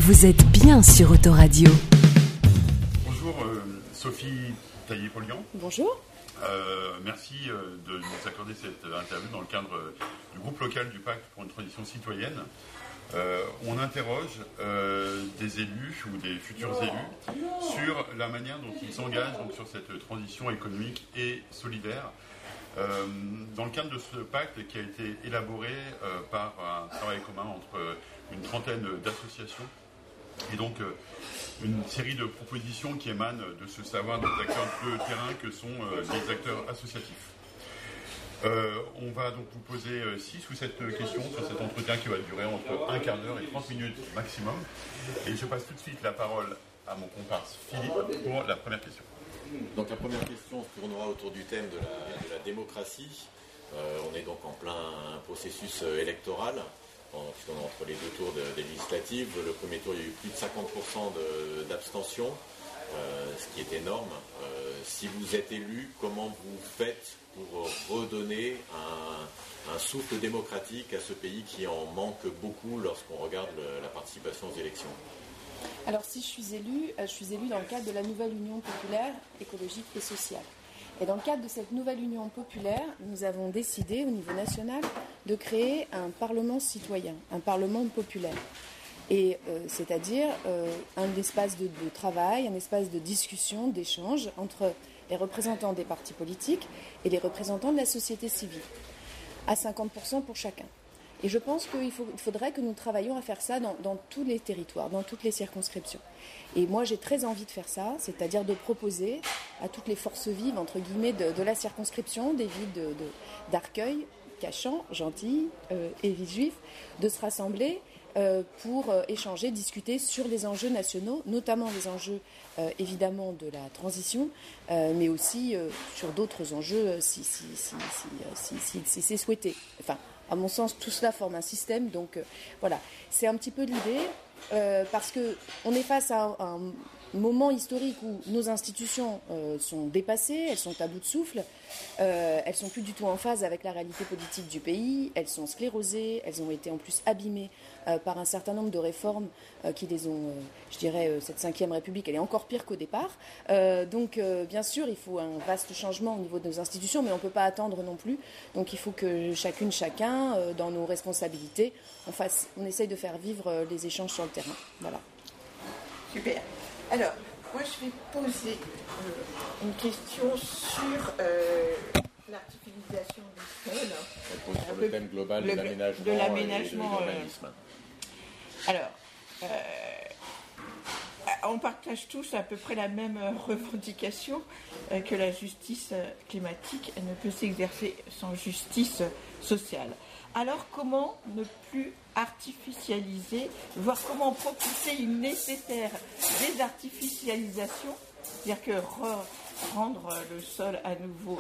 Vous êtes bien sur Autoradio. Bonjour Sophie Taillé-Polian. Bonjour. Merci de nous accorder cette interview dans le cadre du groupe local du Pacte pour une transition citoyenne. On interroge des élus ou des futurs élus sur la manière dont ils s'engagent donc, sur cette transition économique et solidaire. Dans le cadre de ce pacte qui a été élaboré par un travail commun entre une trentaine d'associations et donc une série de propositions qui émanent de ce savoir des acteurs de terrain que sont les acteurs associatifs. On va donc vous poser 6 ou 7 questions sur cet entretien qui va durer entre un quart d'heure et 30 minutes maximum. Et je passe tout de suite la parole à mon comparse Philippe pour la première question. Donc la première question se tournera autour du thème de la démocratie. On est donc en plein processus électoral, puisqu'on est entre les deux tours des législatives. Le premier tour, il y a eu plus de 50% d'abstention, ce qui est énorme. Si vous êtes élu, comment vous faites pour redonner un souffle démocratique à ce pays qui en manque beaucoup lorsqu'on regarde la participation aux élections ? Alors si je suis élue dans le cadre de la nouvelle Union populaire, écologique et sociale. Et dans le cadre de cette nouvelle Union populaire, nous avons décidé au niveau national de créer un Parlement citoyen, un Parlement populaire. Et c'est-à-dire un espace de travail, un espace de discussion, d'échange entre les représentants des partis politiques et les représentants de la société civile, à 50% pour chacun. Et je pense qu'il faudrait que nous travaillions à faire ça dans tous les territoires, dans toutes les circonscriptions. Et moi, j'ai très envie de faire ça, c'est-à-dire de proposer à toutes les forces vives, entre guillemets, de la circonscription, des villes d'Arcueil, Cachan, Gentilly et Villejuif, de se rassembler pour échanger, discuter sur les enjeux nationaux, notamment les enjeux évidemment de la transition, mais aussi sur d'autres enjeux si c'est souhaité. Enfin, à mon sens, tout cela forme un système. Donc voilà, c'est un petit peu l'idée, parce qu'on est face à un moment historique où nos institutions sont dépassées, elles sont à bout de souffle, elles sont plus du tout en phase avec la réalité politique du pays, elles sont sclérosées, elles ont été en plus abîmées par un certain nombre de réformes qui les ont, je dirais, cette 5e République, elle est encore pire qu'au départ. Donc bien sûr, il faut un vaste changement au niveau de nos institutions, mais on ne peut pas attendre non plus. Donc il faut que chacun, dans nos responsabilités, on essaye de faire vivre les échanges sur le terrain. Voilà. Super. Alors, moi je vais poser une question sur l'artificialisation des sols. Sur le thème global de l'aménagement et de l'urbanisme. Alors, on partage tous à peu près la même revendication que la justice climatique ne peut s'exercer sans justice sociale. Alors comment ne plus artificialiser, voire comment propulser une nécessaire désartificialisation, c'est-à-dire que rendre le sol à nouveau,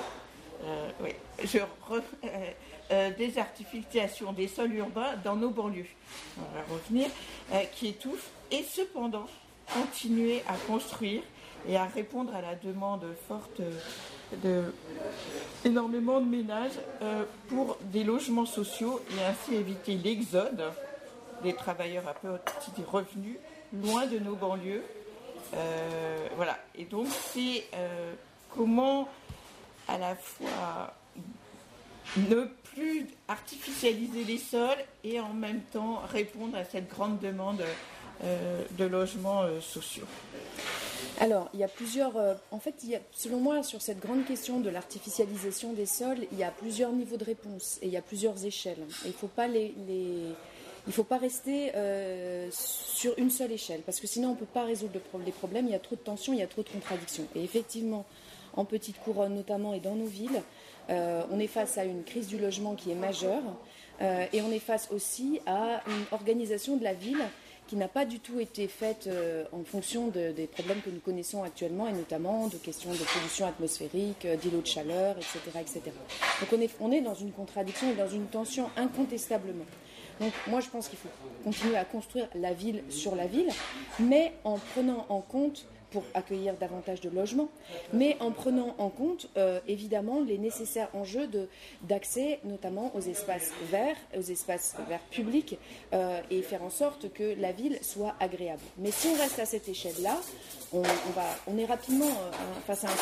désartificialisation des sols urbains dans nos banlieues, on va revenir, qui étouffe, et cependant continuer à construire et à répondre à la demande forte énormément de ménages pour des logements sociaux et ainsi éviter l'exode des travailleurs à petits revenus loin de nos banlieues. Voilà. Et donc c'est comment à la fois ne plus artificialiser les sols et en même temps répondre à cette grande demande de logements sociaux. Alors, il y a plusieurs... selon moi, sur cette grande question de l'artificialisation des sols, il y a plusieurs niveaux de réponse et il y a plusieurs échelles. Et il ne faut pas rester sur une seule échelle, parce que sinon on ne peut pas résoudre les problèmes, il y a trop de tensions, il y a trop de contradictions. Et effectivement, en petite couronne notamment et dans nos villes, on est face à une crise du logement qui est majeure et on est face aussi à une organisation de la ville qui n'a pas du tout été faite en fonction des problèmes que nous connaissons actuellement, et notamment de questions de pollution atmosphérique, d'îlots de chaleur, etc., etc. Donc on est dans une contradiction et dans une tension incontestablement. Donc moi je pense qu'il faut continuer à construire la ville sur la ville, mais en prenant en compte, pour accueillir davantage de logements, mais en prenant en compte évidemment les nécessaires enjeux d'accès notamment aux espaces verts publics, et faire en sorte que la ville soit agréable. Mais si on reste à cette échelle-là, on est rapidement face à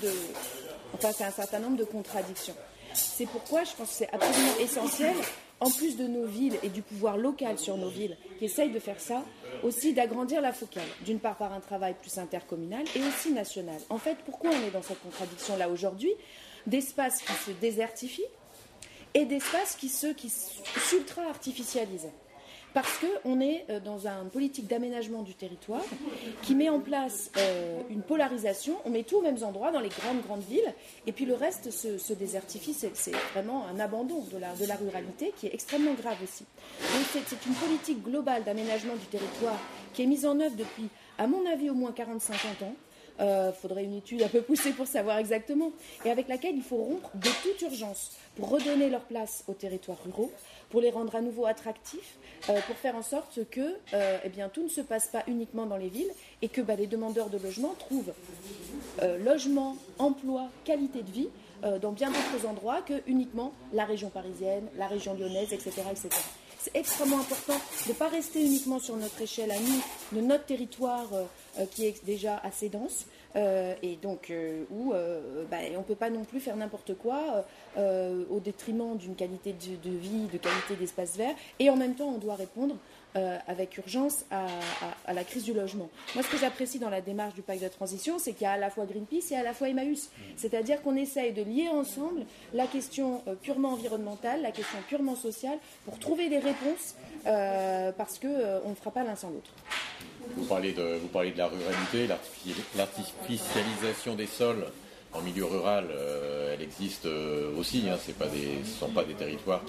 un certain nombre de contradictions. C'est pourquoi je pense que c'est absolument essentiel, en plus de nos villes et du pouvoir local sur nos villes, qui essayent de faire ça, aussi d'agrandir la focale, d'une part par un travail plus intercommunal et aussi national. En fait, pourquoi on est dans cette contradiction-là aujourd'hui? D'espaces qui se désertifient et d'espaces qui s'ultra-artificialisent. Parce qu'on est dans une politique d'aménagement du territoire qui met en place une polarisation. On met tout aux mêmes endroits dans les grandes villes, et puis le reste se désertifie. C'est vraiment un abandon de la ruralité qui est extrêmement grave aussi. Donc c'est une politique globale d'aménagement du territoire qui est mise en œuvre depuis, à mon avis, au moins 40-50 ans. Faudrait une étude un peu poussée pour savoir exactement, et avec laquelle il faut rompre de toute urgence pour redonner leur place aux territoires ruraux, pour les rendre à nouveau attractifs, pour faire en sorte que tout ne se passe pas uniquement dans les villes et que les demandeurs de logement trouvent logement, emploi, qualité de vie dans bien d'autres endroits que uniquement la région parisienne, la région lyonnaise, etc. etc. C'est extrêmement important de ne pas rester uniquement sur notre échelle à nous, de notre territoire qui est déjà assez dense, et donc où on ne peut pas non plus faire n'importe quoi au détriment d'une qualité de vie, de qualité d'espace vert, et en même temps on doit répondre avec urgence à la crise du logement. Moi, ce que j'apprécie dans la démarche du pacte de transition, c'est qu'il y a à la fois Greenpeace et à la fois Emmaüs. C'est-à-dire qu'on essaye de lier ensemble la question purement environnementale, la question purement sociale, pour trouver des réponses, parce qu'on ne fera pas l'un sans l'autre. Vous parlez de la ruralité, l'artificialisation des sols en milieu rural, elle existe aussi. Ce ne sont pas des territoires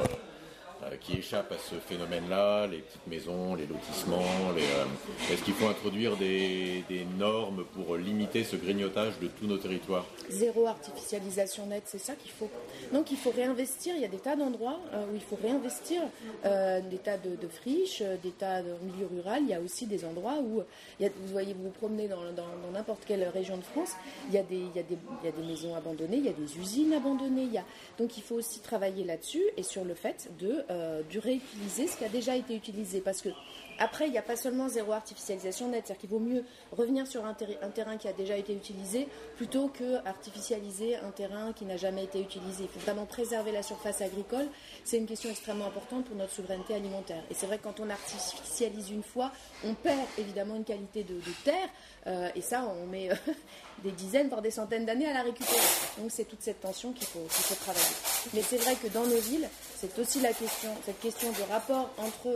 qui échappent à ce phénomène-là, les petites maisons, les lotissements. Est-ce qu'il faut introduire des normes pour limiter ce grignotage de tous nos territoires? Zéro artificialisation nette, c'est ça qu'il faut. Donc il faut réinvestir, il y a des tas d'endroits où il faut réinvestir, des tas de friches, des tas de milieu rural. Il y a aussi des endroits où, vous promenez dans n'importe quelle région de France, il y a des maisons abandonnées, il y a des usines abandonnées. Donc il faut aussi travailler là-dessus et sur le fait de réutiliser ce qui a déjà été utilisé, parce que après il n'y a pas seulement zéro artificialisation nette, c'est-à-dire qu'il vaut mieux revenir sur un terrain qui a déjà été utilisé plutôt que artificialiser un terrain qui n'a jamais été utilisé. Il faut vraiment préserver la surface agricole, c'est une question extrêmement importante pour notre souveraineté alimentaire, et c'est vrai que quand on artificialise une fois, on perd évidemment une qualité de terre, et ça on met des dizaines voire des centaines d'années à la récupérer. Donc c'est toute cette tension qu'il faut travailler. Mais c'est vrai que dans nos villes, c'est aussi cette question du rapport entre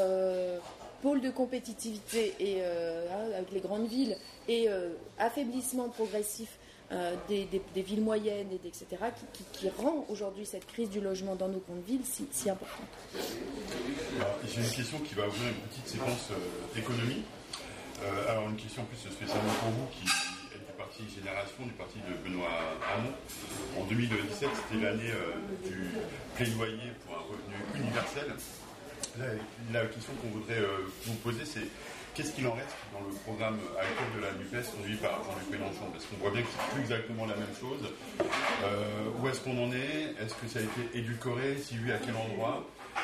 pôle de compétitivité et avec les grandes villes et affaiblissement progressif des villes moyennes, etc., qui rend aujourd'hui cette crise du logement dans nos grandes villes si importante. Alors, j'ai une question qui va ouvrir une petite séquence économie. Alors une question plus spécialement pour vous qui est du parti Génération, du parti de Benoît Hamon. En 2017, c'était l'année du plaidoyer pour un revenu universel. La question qu'on voudrait vous poser, c'est qu'est-ce qu'il en reste dans le programme actuel de la NUPES conduit par Jean-Luc Mélenchon? Parce qu'on voit bien que c'est plus exactement la même chose. Où est-ce qu'on en est? Est-ce que ça a été édulcoré? Si oui, à quel endroit?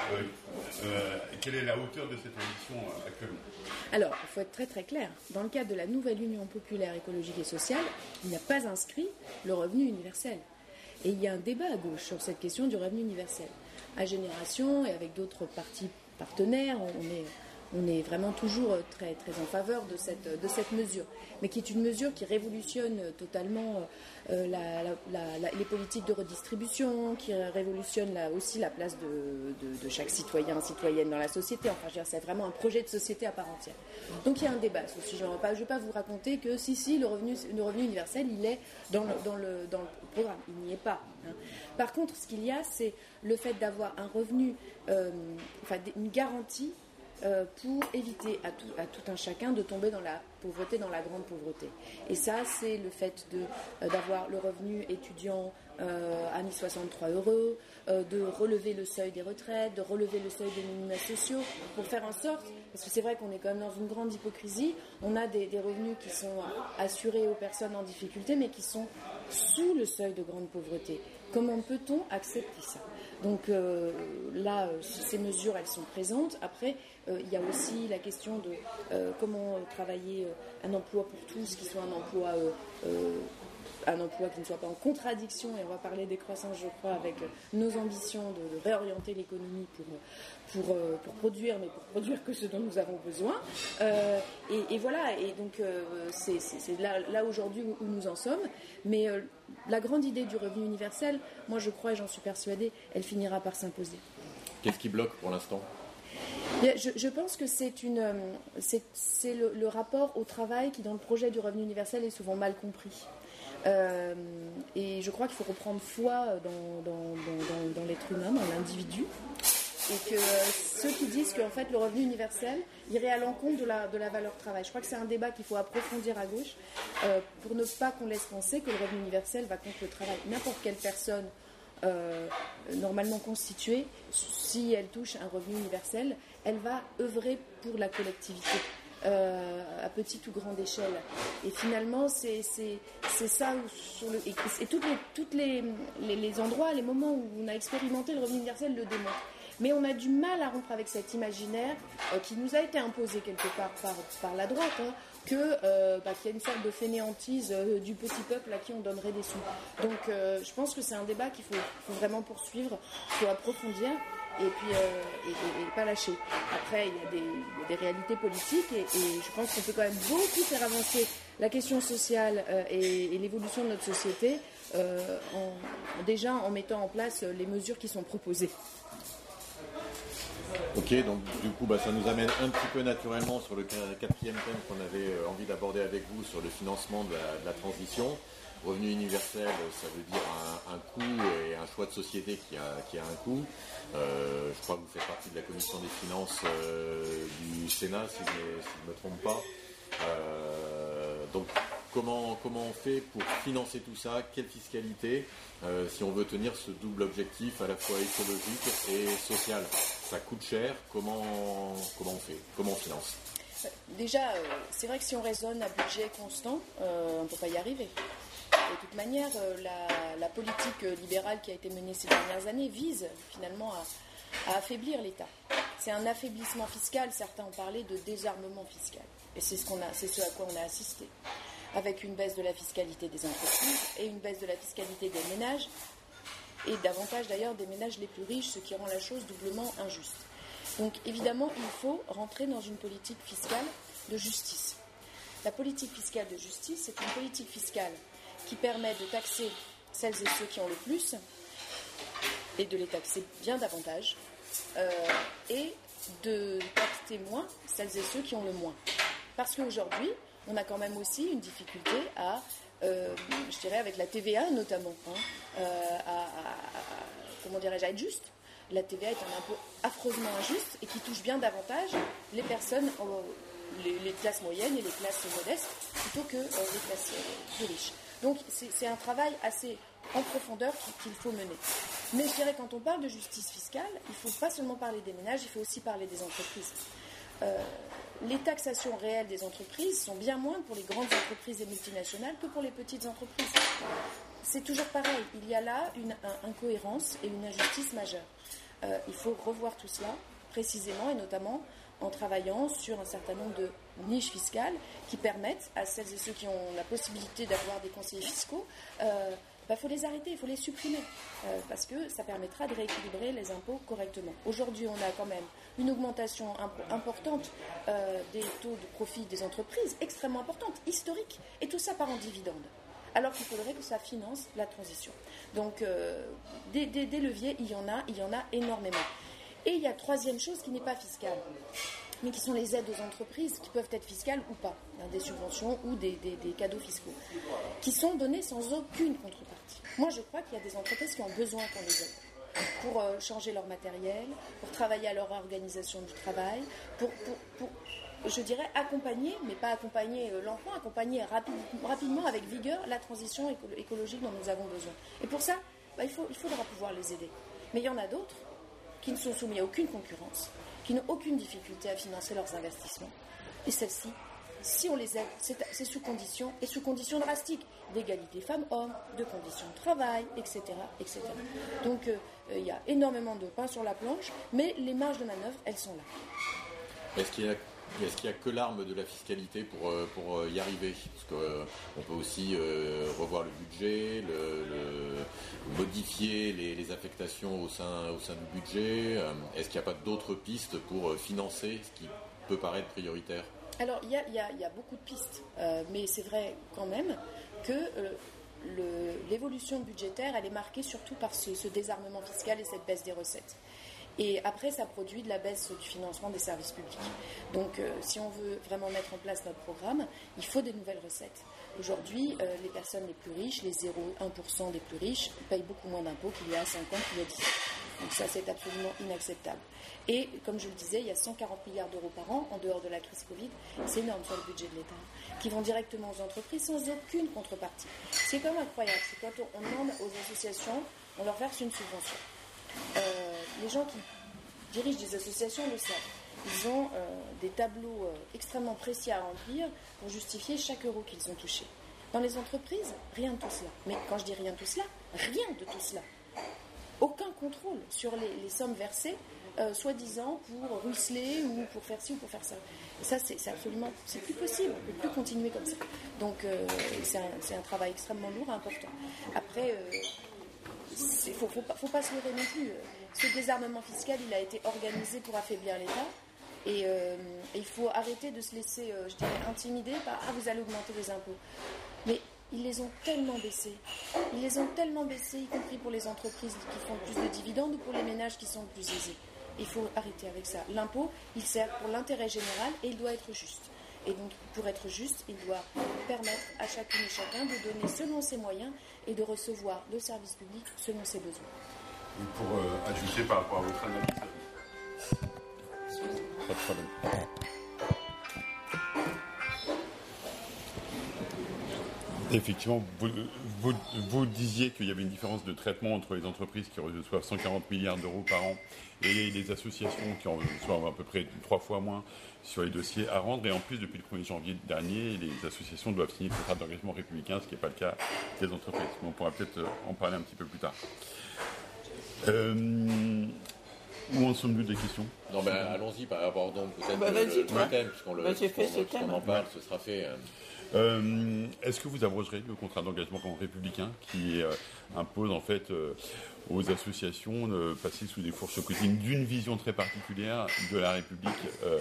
Quelle est la hauteur de cette ambition actuellement? Alors, il faut être très très clair. Dans le cadre de la nouvelle Union populaire écologique et sociale, il n'y a pas inscrit le revenu universel. Et il y a un débat à gauche sur cette question du revenu universel. À Génération et avec d'autres partis partenaires, on est vraiment toujours très, très en faveur de cette mesure, mais qui est une mesure qui révolutionne totalement les politiques de redistribution, qui révolutionne aussi la place de chaque citoyen, citoyenne dans la société. Enfin, je veux dire, c'est vraiment un projet de société à part entière. Donc il y a un débat sur ce sujet. Je ne vais pas vous raconter que si le revenu universel, il est dans le programme. Il n'y est pas. Par contre, ce qu'il y a, c'est le fait d'avoir un revenu, une garantie pour éviter à tout un chacun de tomber dans la pauvreté, dans la grande pauvreté. Et ça, c'est le fait d'avoir le revenu étudiant à 1063 €, de relever le seuil des retraites, de relever le seuil des minima sociaux, pour faire en sorte, parce que c'est vrai qu'on est quand même dans une grande hypocrisie, on a des revenus qui sont assurés aux personnes en difficulté, mais qui sont sous le seuil de grande pauvreté. Comment peut-on accepter ça ? Donc là, ces mesures, elles sont présentes. Après, il y a aussi la question de comment travailler un emploi pour tous, qui soit un emploi qui ne soit pas en contradiction, et on va parler des croissances, je crois, avec nos ambitions de réorienter l'économie pour produire, mais pour produire que ce dont nous avons besoin. Et voilà, et donc c'est là aujourd'hui où nous en sommes. Mais la grande idée du revenu universel, moi je crois et j'en suis persuadée, elle finira par s'imposer. Qu'est-ce qui bloque pour l'instant ? Je pense que c'est le rapport au travail qui, dans le projet du revenu universel, est souvent mal compris. Et je crois qu'il faut reprendre foi dans l'être humain, dans l'individu, et que ceux qui disent qu'en fait le revenu universel irait à l'encontre de la valeur travail. Je crois que c'est un débat qu'il faut approfondir à gauche pour ne pas qu'on laisse penser que le revenu universel va contre le travail. N'importe quelle personne normalement constituée, si elle touche un revenu universel, elle va œuvrer pour la collectivité. À petite ou grande échelle. Et finalement, c'est ça où et toutes les endroits, les moments où on a expérimenté le revenu universel le démontrent. Mais on a du mal à rompre avec cet imaginaire qui nous a été imposé quelque part par la droite, qu'il y a une sorte de fainéantise du petit peuple à qui on donnerait des sous. Donc je pense que c'est un débat qu'il faut vraiment poursuivre, qu'il faut approfondir. Et puis et pas lâcher. Après, il y a des réalités politiques et je pense qu'on peut quand même beaucoup faire avancer la question sociale et l'évolution de notre société déjà en mettant en place les mesures qui sont proposées. Ok, donc du coup, ça nous amène un petit peu naturellement sur le quatrième thème qu'on avait envie d'aborder avec vous, sur le financement de la transition. Revenu universel, ça veut dire un coût et un choix de société qui a un coût. Je crois que vous faites partie de la commission des finances du Sénat, si je ne me trompe pas. Donc comment on fait pour financer tout ça ? Quelle fiscalité si on veut tenir ce double objectif à la fois écologique et social ? Ça coûte cher, comment on fait ? Comment on finance ? Déjà, c'est vrai que si on raisonne à budget constant, on ne peut pas y arriver. De toute manière, la politique libérale qui a été menée ces dernières années vise finalement à affaiblir l'État. C'est un affaiblissement fiscal, certains ont parlé de désarmement fiscal. Et c'est ce à quoi on a assisté. Avec une baisse de la fiscalité des entreprises et une baisse de la fiscalité des ménages, et davantage d'ailleurs des ménages les plus riches, ce qui rend la chose doublement injuste. Donc évidemment, il faut rentrer dans une politique fiscale de justice. La politique fiscale de justice, c'est une politique fiscale qui permet de taxer celles et ceux qui ont le plus et de les taxer bien davantage et de taxer moins celles et ceux qui ont le moins. Parce qu'aujourd'hui, on a quand même aussi une difficulté je dirais avec la TVA notamment, à être juste. La TVA est un impôt affreusement injuste et qui touche bien davantage les personnes, les classes moyennes et les classes modestes plutôt que les classes plus riches. Donc c'est un travail assez en profondeur qu'il faut mener. Mais je dirais quand on parle de justice fiscale, il ne faut pas seulement parler des ménages, il faut aussi parler des entreprises. Les taxations réelles des entreprises sont bien moindres pour les grandes entreprises et multinationales que pour les petites entreprises. C'est toujours pareil, il y a là une incohérence et une injustice majeure. Il faut revoir tout cela précisément et notamment en travaillant sur un certain nombre de niches fiscales qui permettent à celles et ceux qui ont la possibilité d'avoir des conseillers fiscaux, faut les arrêter, il faut les supprimer, parce que ça permettra de rééquilibrer les impôts correctement. Aujourd'hui, on a quand même une augmentation importante des taux de profit des entreprises, extrêmement importante, historique, et tout ça part en dividendes. Alors qu'il faudrait que ça finance la transition. Donc, des leviers, il y en a énormément. Et il y a troisième chose qui n'est pas fiscale, mais qui sont les aides aux entreprises, qui peuvent être fiscales ou pas, des subventions ou des cadeaux fiscaux, qui sont donnés sans aucune contrepartie. Moi, je crois qu'il y a des entreprises qui ont besoin qu'on les aide. pour changer leur matériel, pour travailler à leur organisation du travail, pour je dirais, accompagner, mais pas accompagner lentement, accompagner rapidement, avec vigueur, la transition écologique dont nous avons besoin. Et pour ça, il faudra pouvoir les aider. Mais il y en a d'autres qui ne sont soumis à aucune concurrence, qui n'ont aucune difficulté à financer leurs investissements. Et celles-ci, si on les aide, c'est sous conditions, et sous conditions drastiques, d'égalité femmes-hommes, de conditions de travail, etc. etc. Donc, il y a énormément de pain sur la planche, mais les marges de manœuvre, elles sont là. Est-ce qu'il y a que l'arme de la fiscalité pour y arriver? Parce qu'on peut aussi revoir le budget, modifier les affectations au sein du budget. Est-ce qu'il n'y a pas d'autres pistes pour financer ce qui peut paraître prioritaire? Alors, il y a beaucoup de pistes, mais c'est vrai quand même que l'évolution budgétaire, elle est marquée surtout par ce désarmement fiscal et cette baisse des recettes. Et après, ça produit de la baisse du financement des services publics. Donc, si on veut vraiment mettre en place notre programme, il faut des nouvelles recettes. Aujourd'hui, les personnes les plus riches, les 0,1% des plus riches, payent beaucoup moins d'impôts qu'il y a 5 ans, qu'il y a 10 ans. Donc ça, c'est absolument inacceptable. Et comme je le disais, il y a 140 milliards d'euros par an, en dehors de la crise Covid, c'est énorme sur le budget de l'État, qui vont directement aux entreprises sans aucune contrepartie. C'est quand même incroyable, c'est quand on demande aux associations, on leur verse une subvention. Les gens qui dirigent des associations le savent. Ils ont des tableaux extrêmement précis à remplir pour justifier chaque euro qu'ils ont touché. Dans les entreprises, rien de tout cela. Mais quand je dis rien de tout cela, rien de tout cela. Aucun contrôle sur les sommes versées, soi-disant pour ruisseler ou pour faire ci ou pour faire ça. Et ça, c'est plus possible. On ne peut plus continuer comme ça. Donc, c'est un travail extrêmement lourd et important. Après, il ne faut pas se leurrer non plus. Ce désarmement fiscal, il a été organisé pour affaiblir l'État. Et il faut arrêter de se laisser, je dirais, intimider par « Ah, vous allez augmenter les impôts ». Mais ils les ont tellement baissés. Ils les ont tellement baissés, y compris pour les entreprises qui font plus de dividendes ou pour les ménages qui sont plus aisés. Il faut arrêter avec ça. L'impôt, il sert pour l'intérêt général et il doit être juste. Et donc, pour être juste, il doit permettre à chacune et chacun de donner selon ses moyens et de recevoir le service public selon ses besoins. Et pour ajouter par rapport à votre analyse... Pas de problème. Effectivement, vous disiez qu'il y avait une différence de traitement entre les entreprises qui reçoivent 140 milliards d'euros par an et les associations qui en reçoivent à peu près 3 fois moins sur les dossiers à rendre. Et en plus, depuis le 1er janvier dernier, les associations doivent signer le contrat d'engagement républicain, ce qui n'est pas le cas des entreprises. Mais on pourra peut-être en parler un petit peu plus tard. Où en sommes-nous des questions? Non, allons-y, abordons peut-être le thème, puisqu'on en parle, ce sera fait. Est-ce que vous abrogerez le contrat d'engagement républicain qui impose en fait aux associations de passer sous des fourches quotidiennes d'une vision très particulière de la République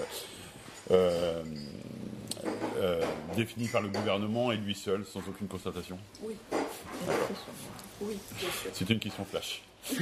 définie par le gouvernement et lui seul, sans aucune constatation? Oui. Oui, bien sûr. C'est une question flash. Oui,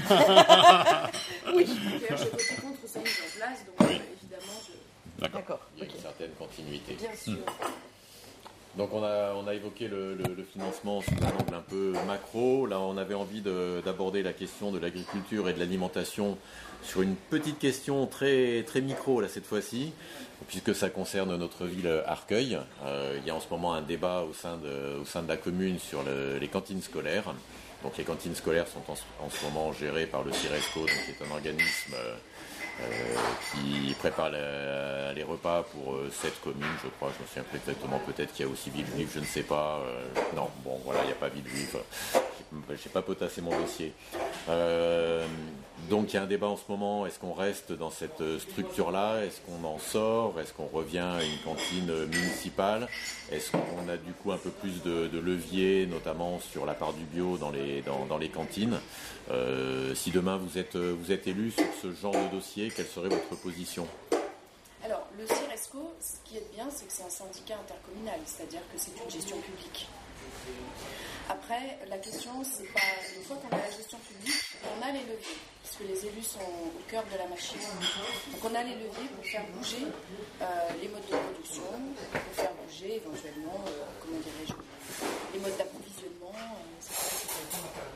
j'ai voté contre sa mise en place, donc oui. Évidemment, D'accord. Il y a une certaine continuité. Bien sûr. Donc on a évoqué le financement sous un angle un peu macro. Là, on avait envie d'aborder la question de l'agriculture et de l'alimentation sur une petite question très, très micro, là, cette fois-ci, puisque ça concerne notre ville Arcueil. Il y a en ce moment un débat au sein de la commune sur les cantines scolaires. Donc les cantines scolaires sont en ce moment gérées par le CIRESCO, donc qui est un organisme qui prépare les repas pour 7 communes, je crois. Je me souviens plus exactement, peut-être qu'il y a aussi Villejuif, je ne sais pas. Non, bon, voilà, il n'y a pas Villejuif. Je n'ai pas potassé mon dossier. Donc il y a un débat en ce moment. Est-ce qu'on reste dans cette structure-là? Est-ce qu'on en sort? Est-ce qu'on revient à une cantine municipale? Est-ce qu'on a du coup un peu plus de levier, notamment sur la part du bio dans les cantines? Si demain vous êtes élu sur ce genre de dossier, quelle serait votre position? Alors, le CIRESCO, ce qui est bien, c'est que c'est un syndicat intercommunal, c'est-à-dire que c'est une gestion publique. Après, la question, c'est pas... Une fois qu'on a la gestion publique, on a les leviers, puisque les élus sont au cœur de la machine. Donc on a les leviers pour faire bouger les modes de production, pour faire bouger éventuellement, les modes d'approvisionnement, etc. Donc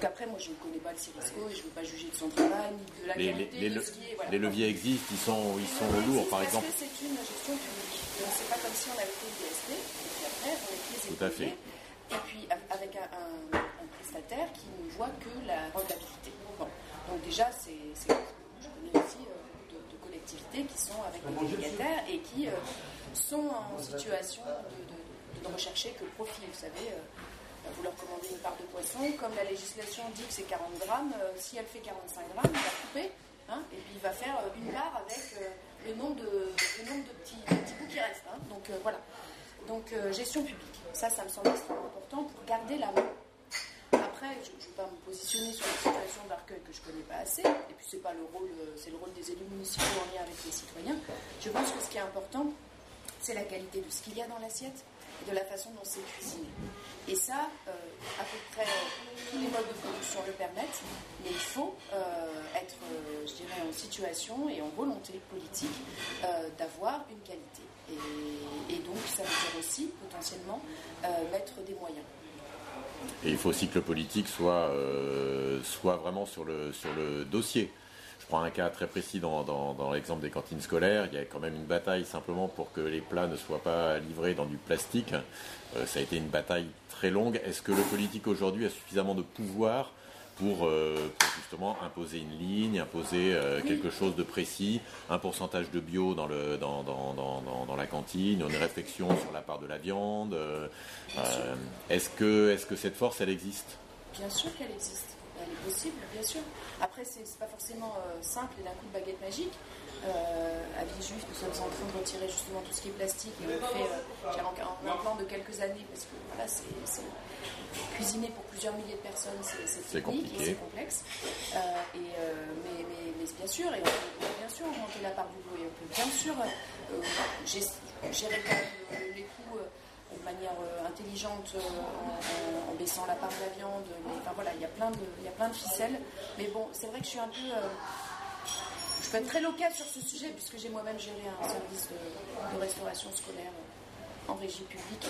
Donc après, moi, je ne connais pas le Cirisco et je ne veux pas juger de son travail, ni de la qualité de ce qui est... Voilà. Les leviers existent, ils sont lourds, par exemple. Parce que c'est une gestion publique. Donc c'est pas comme si on avait fait une DST, et puis après, on est les Tout à fait. Et puis avec un prestataire qui ne voit que la rentabilité. Bon. Donc déjà, je connais aussi de collectivités qui sont avec des délégataires et qui sont en situation de ne rechercher que le profit. Vous savez, vous leur commandez une part de poisson, comme la législation dit que c'est 40 grammes, si elle fait 45 grammes, il va couper, et puis il va faire une part avec le nombre de petits bouts qui restent. Donc voilà. Donc gestion publique. Ça me semble extrêmement important pour garder la main. Après, je ne vais pas me positionner sur la situation d'Arcueil que je ne connais pas assez, et puis c'est le rôle des élus municipaux en lien avec les citoyens. Je pense que ce qui est important, c'est la qualité de ce qu'il y a dans l'assiette et de la façon dont c'est cuisiné. Et ça, à peu près tous les modes de production le permettent, mais il faut être, je dirais, en situation et en volonté politique d'avoir une qualité. Et donc, ça veut dire aussi, potentiellement, mettre des moyens. Et il faut aussi que le politique soit vraiment sur le dossier. Je prends un cas très précis dans l'exemple des cantines scolaires. Il y a quand même une bataille simplement pour que les plats ne soient pas livrés dans du plastique. Ça a été une bataille très longue. Est-ce que le politique aujourd'hui a suffisamment de pouvoir pour justement imposer une ligne, imposer quelque chose de précis, un pourcentage de bio dans la cantine, une réflexion sur la part de la viande. Est-ce que cette force, elle existe ? Bien sûr qu'elle existe. Elle est possible, bien sûr. Après, c'est pas forcément simple et d'un coup de baguette magique. À Villejuif, nous sommes en train de retirer justement tout ce qui est plastique et on fait un plan de quelques années parce que voilà, c'est cuisiner pour plusieurs milliers de personnes, c'est technique et c'est complexe. Mais bien sûr, et on peut bien sûr augmenter la part du bois et on peut bien sûr gérer quand même les coûts de manière intelligente en baissant la part de la viande. Mais enfin voilà, il y a plein de ficelles. Mais bon, c'est vrai que je suis un peu... je peux être très locale sur ce sujet puisque j'ai moi-même géré un service de restauration scolaire en régie publique.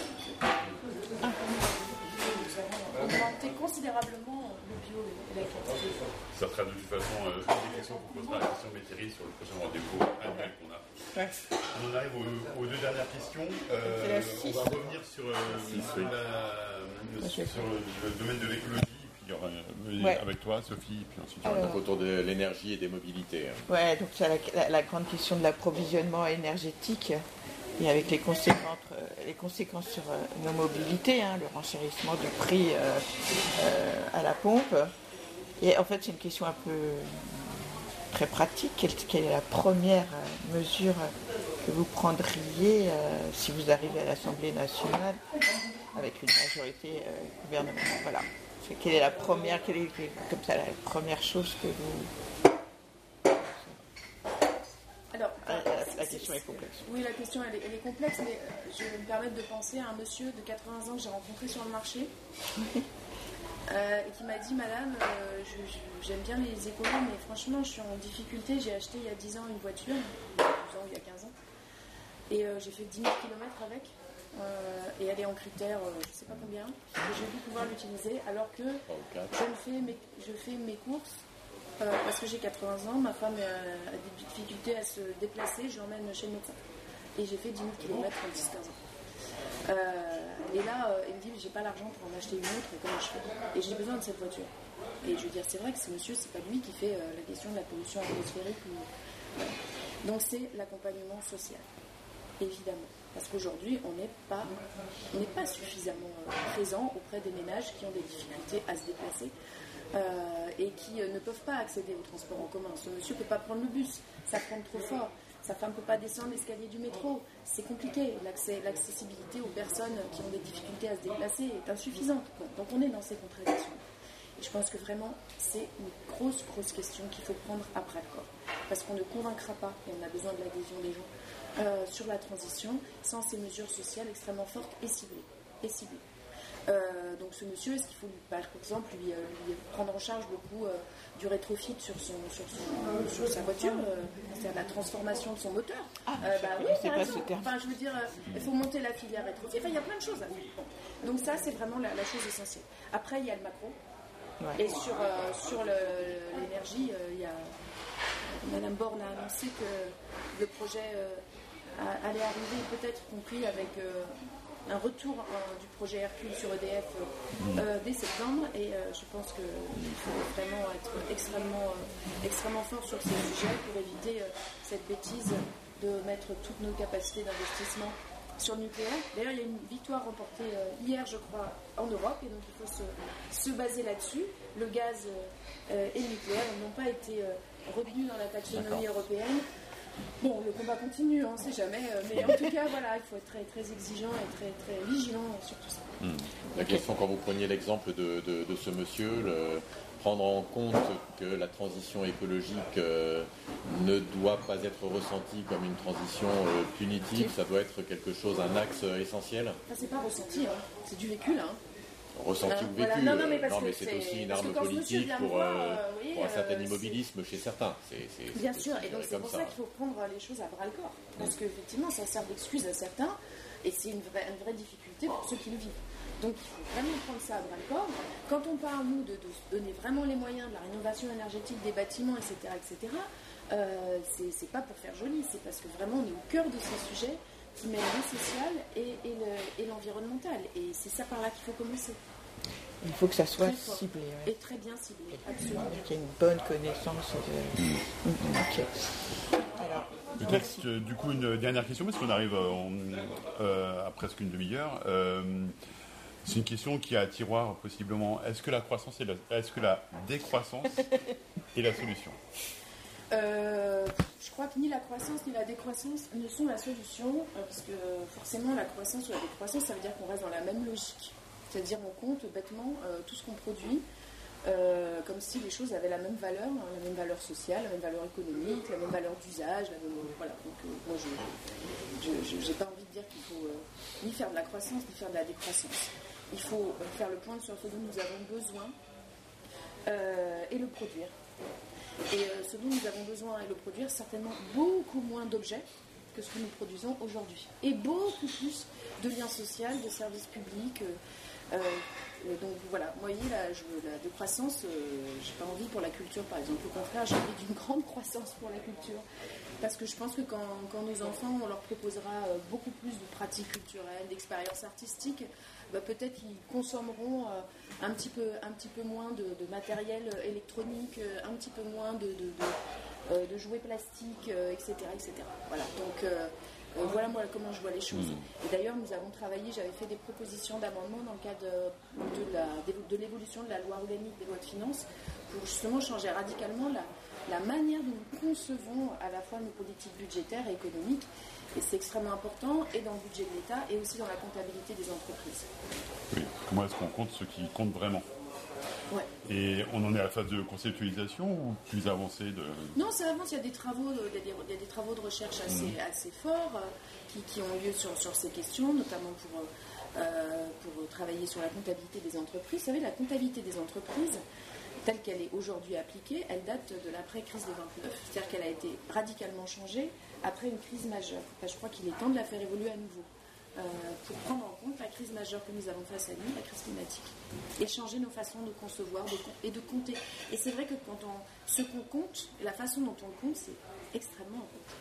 Nous avons augmenté considérablement le bio et la qualité. Ça sera de toute façon une des questions qu'on posera à la question Métairie sur le prochain rendez-vous annuel qu'on a. Ouais. On arrive aux deux dernières questions. On va revenir sur le domaine de l'écologie. Il y aura avec toi, Sophie, et puis ensuite autour de l'énergie et des mobilités. Ouais, donc c'est la grande question de l'approvisionnement énergétique et avec les conséquences sur nos mobilités, le renchérissement du prix à la pompe. Et en fait, c'est une question un peu très pratique. Quelle est la première mesure que vous prendriez si vous arrivez à l'Assemblée nationale avec une majorité gouvernementale? Voilà. Quelle est la première chose que vous... Alors, la question est complexe. Oui, la question elle est complexe, mais je vais me permettre de penser à un monsieur de 80 ans que j'ai rencontré sur le marché et qui m'a dit: Madame, j'aime bien les écolos, mais franchement, je suis en difficulté. J'ai acheté il y a 10 ans une voiture, il y a 12 ans, il y a 15 ans, et j'ai fait 10 000 km avec. Et elle est en critère, je ne sais pas combien, et j'ai pu pouvoir l'utiliser alors que je fais mes courses parce que j'ai 80 ans, ma femme a des difficultés à se déplacer, je l'emmène chez le médecin. Et j'ai fait 10 000 km en 10-15 ans. Et là, elle me dit: j'ai pas l'argent pour en acheter une autre, comment je fais? Et j'ai besoin de cette voiture. Et je veux dire, c'est vrai que ce monsieur, c'est pas lui qui fait la question de la pollution atmosphérique. Donc c'est l'accompagnement social, évidemment. Parce qu'aujourd'hui, on n'est pas suffisamment présent auprès des ménages qui ont des difficultés à se déplacer et qui ne peuvent pas accéder au transport en commun. Ce monsieur ne peut pas prendre le bus, ça prend trop fort. Sa femme ne peut pas descendre l'escalier du métro. C'est compliqué. L'accessibilité aux personnes qui ont des difficultés à se déplacer est insuffisante. Donc on est dans ces contradictions. Et je pense que vraiment, c'est une grosse question qu'il faut prendre à bras le corps. Parce qu'on ne convaincra pas, et on a besoin de l'adhésion des gens, sur la transition sans ces mesures sociales extrêmement fortes et ciblées. Donc ce monsieur, est-ce qu'il faut par exemple lui prendre en charge beaucoup du rétrofit sur sa voiture, c'est-à-dire la transformation de son moteur? Oui, c'est pas ce terme. Enfin, je veux dire, il faut monter la filière rétrofit. Enfin, il y a plein de choses à faire. Bon. Donc ça, c'est vraiment la chose essentielle. Après, il y a le macro. Et sur l'énergie, Madame Borne a annoncé que le projet allait arriver, peut-être compris avec un retour du projet Hercule sur EDF dès septembre. Et je pense qu'il faut vraiment être extrêmement fort sur ces sujets pour éviter cette bêtise de mettre toutes nos capacités d'investissement sur le nucléaire. D'ailleurs, il y a une victoire remportée hier, je crois, en Europe, et donc il faut se baser là-dessus. Le gaz et le nucléaire n'ont pas été retenus dans la taxonomie européenne. Bon, le combat continue, on ne sait jamais, mais en tout cas, voilà, il faut être très, très exigeant et très, très vigilant sur tout ça. La question, quand vous preniez l'exemple de ce monsieur, prendre en compte que la transition écologique ne doit pas être ressentie comme une transition punitive, ça doit être quelque chose, un axe essentiel. Ça, c'est pas ressenti, c'est du vécu, là. Ressenti ou vécu, voilà. Non, mais c'est aussi une arme politique pour un certain immobilisme chez certains. Bien sûr, et donc c'est pour ça qu'il faut prendre les choses à bras le corps. Parce qu'effectivement, ça sert d'excuse à certains, et c'est une vraie difficulté pour ceux qui le vivent. Donc il faut vraiment prendre ça à bras le corps. Quand on parle, nous, de se donner vraiment les moyens de la rénovation énergétique des bâtiments, etc., c'est pas pour faire joli, c'est parce que vraiment on est au cœur de ces sujets qui mêlent le social et l'environnemental. Et c'est ça par là qu'il faut commencer. Il faut que ça soit ciblé. Et très bien ciblé, absolument. Qu'il y ait une bonne connaissance de... Ok. Alors, peut-être, du coup, une dernière question, parce qu'on arrive à presque une demi-heure. C'est une question qui a un tiroir, possiblement. Est-ce que la décroissance est la solution ? Je crois que ni la croissance ni la décroissance ne sont la solution, parce que forcément la croissance ou la décroissance, ça veut dire qu'on reste dans la même logique. C'est-à-dire on compte bêtement tout ce qu'on produit, comme si les choses avaient la même valeur sociale, la même valeur économique, la même valeur d'usage. Voilà. Donc moi, je n'ai pas envie de dire qu'il faut ni faire de la croissance ni faire de la décroissance. Il faut faire le point sur ce dont nous avons besoin et le produire. Et ce dont nous avons besoin et le produire, certainement beaucoup moins d'objets que ce que nous produisons aujourd'hui. Et beaucoup plus de liens sociaux, de services publics. Donc voilà, moi, vous voyez, la décroissance, j'ai pas envie pour la culture, par exemple. Au contraire, j'ai envie d'une grande croissance pour la culture. Parce que je pense que quand nos enfants, on leur proposera beaucoup plus de pratiques culturelles, d'expériences artistiques, peut-être qu'ils consommeront un petit peu moins de matériel électronique, un petit peu moins de jouets plastiques, etc. Voilà, donc voilà moi comment je vois les choses. Et d'ailleurs, nous avons travaillé, j'avais fait des propositions d'amendements dans le cadre de l'évolution de la loi organique des lois de finances pour justement changer radicalement la manière dont nous concevons à la fois nos politiques budgétaires et économiques. Et c'est extrêmement important, et dans le budget de l'État, et aussi dans la comptabilité des entreprises. Oui, comment est-ce qu'on compte ce qui compte vraiment ? Ouais. Et on en est à la phase de conceptualisation ou plus avancée de... Non, ça avance, il y a des travaux de recherche assez forts qui ont lieu sur ces questions, notamment pour travailler sur la comptabilité des entreprises. Vous savez, la comptabilité des entreprises, telle qu'elle est aujourd'hui appliquée, elle date de l'après-crise de 29. C'est-à-dire qu'elle a été radicalement changée après une crise majeure. Je crois qu'il est temps de la faire évoluer à nouveau pour prendre en compte la crise majeure que nous avons face à nous, la crise climatique, et changer nos façons de concevoir et de compter. Et c'est vrai que ce qu'on compte, et la façon dont on le compte, c'est extrêmement important.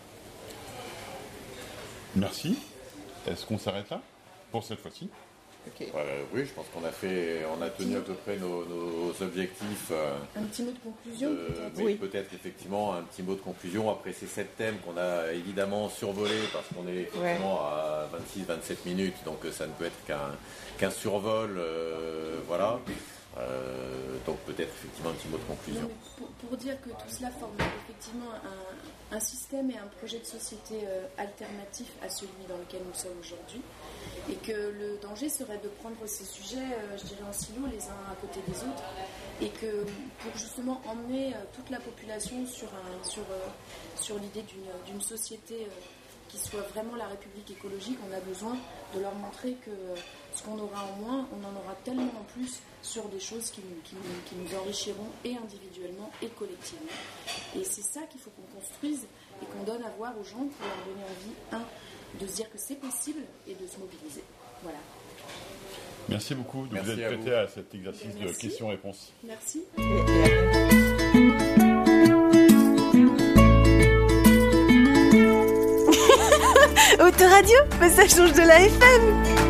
Merci. Est-ce qu'on s'arrête là pour cette fois-ci ? Okay. Oui, je pense qu'on a tenu à peu près nos objectifs. Un petit mot de conclusion, peut-être. Oui, peut-être effectivement un petit mot de conclusion. Après ces 7 thèmes qu'on a évidemment survolés parce qu'on est effectivement à 26-27 minutes, donc ça ne peut être qu'un survol. Voilà. Donc peut-être effectivement un petit mot de conclusion. Non, pour dire que tout cela forme effectivement un système et un projet de société alternatif à celui dans lequel nous sommes aujourd'hui, et que le danger serait de prendre ces sujets, je dirais, en silo les uns à côté des autres, et que pour justement emmener toute la population sur l'idée d'une société qui soit vraiment la République écologique, on a besoin de leur montrer que ce qu'on aura en moins, on en aura tellement en plus sur des choses qui nous enrichiront et individuellement et collectivement. Et c'est ça qu'il faut qu'on construise et qu'on donne à voir aux gens pour leur donner envie, de se dire que c'est possible et de se mobiliser. Voilà. Merci beaucoup de vous Merci être à prêté à cet exercice de questions-réponses. Merci. Autoradio, ça change de la FM.